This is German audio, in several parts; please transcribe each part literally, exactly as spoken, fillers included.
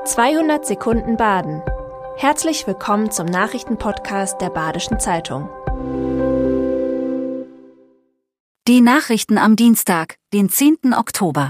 zweihundert Sekunden Baden. Herzlich willkommen zum Nachrichtenpodcast der Badischen Zeitung. Die Nachrichten am Dienstag, den zehnten Oktober.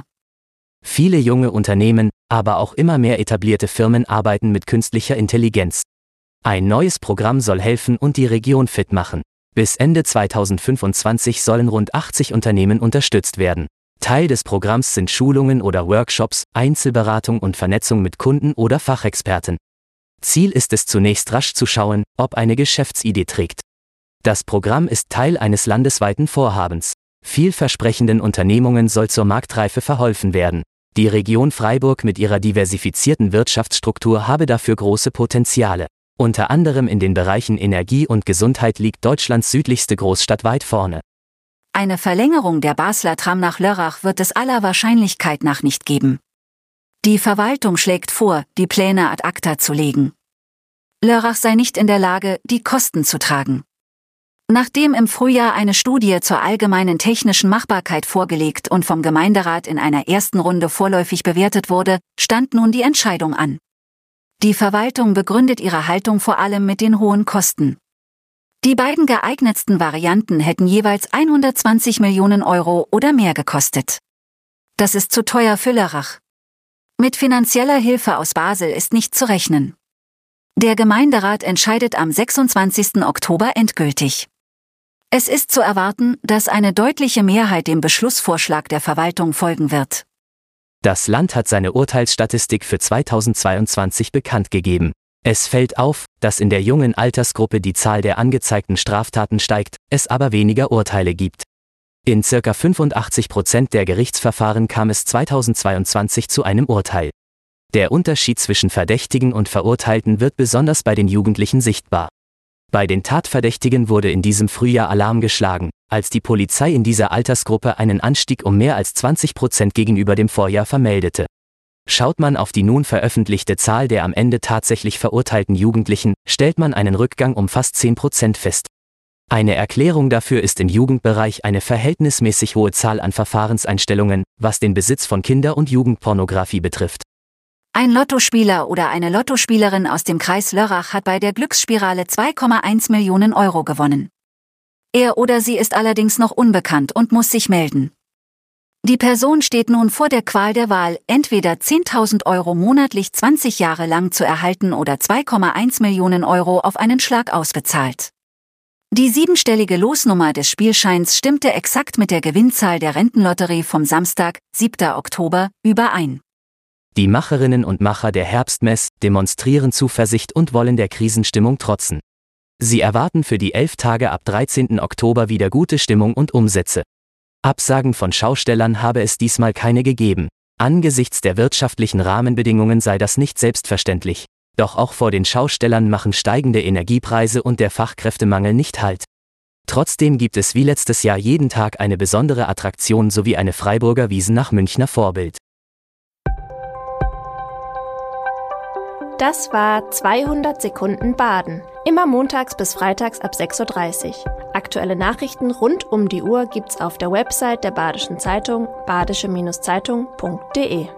Viele junge Unternehmen, aber auch immer mehr etablierte Firmen arbeiten mit künstlicher Intelligenz. Ein neues Programm soll helfen und die Region fit machen. Bis Ende zweitausendfünfundzwanzig sollen rund achtzig Unternehmen unterstützt werden. Teil des Programms sind Schulungen oder Workshops, Einzelberatung und Vernetzung mit Kunden oder Fachexperten. Ziel ist es zunächst rasch zu schauen, ob eine Geschäftsidee trägt. Das Programm ist Teil eines landesweiten Vorhabens. Vielversprechenden Unternehmungen soll zur Marktreife verholfen werden. Die Region Freiburg mit ihrer diversifizierten Wirtschaftsstruktur habe dafür große Potenziale. Unter anderem in den Bereichen Energie und Gesundheit liegt Deutschlands südlichste Großstadt weit vorne. Eine Verlängerung der Basler Tram nach Lörrach wird es aller Wahrscheinlichkeit nach nicht geben. Die Verwaltung schlägt vor, die Pläne ad acta zu legen. Lörrach sei nicht in der Lage, die Kosten zu tragen. Nachdem im Frühjahr eine Studie zur allgemeinen technischen Machbarkeit vorgelegt und vom Gemeinderat in einer ersten Runde vorläufig bewertet wurde, stand nun die Entscheidung an. Die Verwaltung begründet ihre Haltung vor allem mit den hohen Kosten. Die beiden geeignetsten Varianten hätten jeweils hundertzwanzig Millionen Euro oder mehr gekostet. Das ist zu teuer für Lörrach. Mit finanzieller Hilfe aus Basel ist nicht zu rechnen. Der Gemeinderat entscheidet am sechsundzwanzigsten Oktober endgültig. Es ist zu erwarten, dass eine deutliche Mehrheit dem Beschlussvorschlag der Verwaltung folgen wird. Das Land hat seine Urteilsstatistik für zweitausendzweiundzwanzig bekannt gegeben. Es fällt auf, dass in der jungen Altersgruppe die Zahl der angezeigten Straftaten steigt, es aber weniger Urteile gibt. In ca. fünfundachtzig Prozent der Gerichtsverfahren kam es zweitausendzweiundzwanzig zu einem Urteil. Der Unterschied zwischen Verdächtigen und Verurteilten wird besonders bei den Jugendlichen sichtbar. Bei den Tatverdächtigen wurde in diesem Frühjahr Alarm geschlagen, als die Polizei in dieser Altersgruppe einen Anstieg um mehr als zwanzig Prozent gegenüber dem Vorjahr vermeldete. Schaut man auf die nun veröffentlichte Zahl der am Ende tatsächlich verurteilten Jugendlichen, stellt man einen Rückgang um fast zehn Prozent fest. Eine Erklärung dafür ist im Jugendbereich eine verhältnismäßig hohe Zahl an Verfahrenseinstellungen, was den Besitz von Kinder- und Jugendpornografie betrifft. Ein Lottospieler oder eine Lottospielerin aus dem Kreis Lörrach hat bei der Glücksspirale zwei Komma eins Millionen Euro gewonnen. Er oder sie ist allerdings noch unbekannt und muss sich melden. Die Person steht nun vor der Qual der Wahl, entweder zehntausend Euro monatlich zwanzig Jahre lang zu erhalten oder zwei Komma eins Millionen Euro auf einen Schlag ausbezahlt. Die siebenstellige Losnummer des Spielscheins stimmte exakt mit der Gewinnzahl der Rentenlotterie vom Samstag, siebten Oktober, überein. Die Macherinnen und Macher der Herbstmess demonstrieren Zuversicht und wollen der Krisenstimmung trotzen. Sie erwarten für die elf Tage ab dreizehnten Oktober wieder gute Stimmung und Umsätze. Absagen von Schaustellern habe es diesmal keine gegeben. Angesichts der wirtschaftlichen Rahmenbedingungen sei das nicht selbstverständlich. Doch auch vor den Schaustellern machen steigende Energiepreise und der Fachkräftemangel nicht Halt. Trotzdem gibt es wie letztes Jahr jeden Tag eine besondere Attraktion sowie eine Freiburger Wiesn nach Münchner Vorbild. Das war zweihundert Sekunden Baden. Immer montags bis freitags ab sechs Uhr dreißig. Aktuelle Nachrichten rund um die Uhr gibt's auf der Website der Badischen Zeitung badische Zeitung punkt de.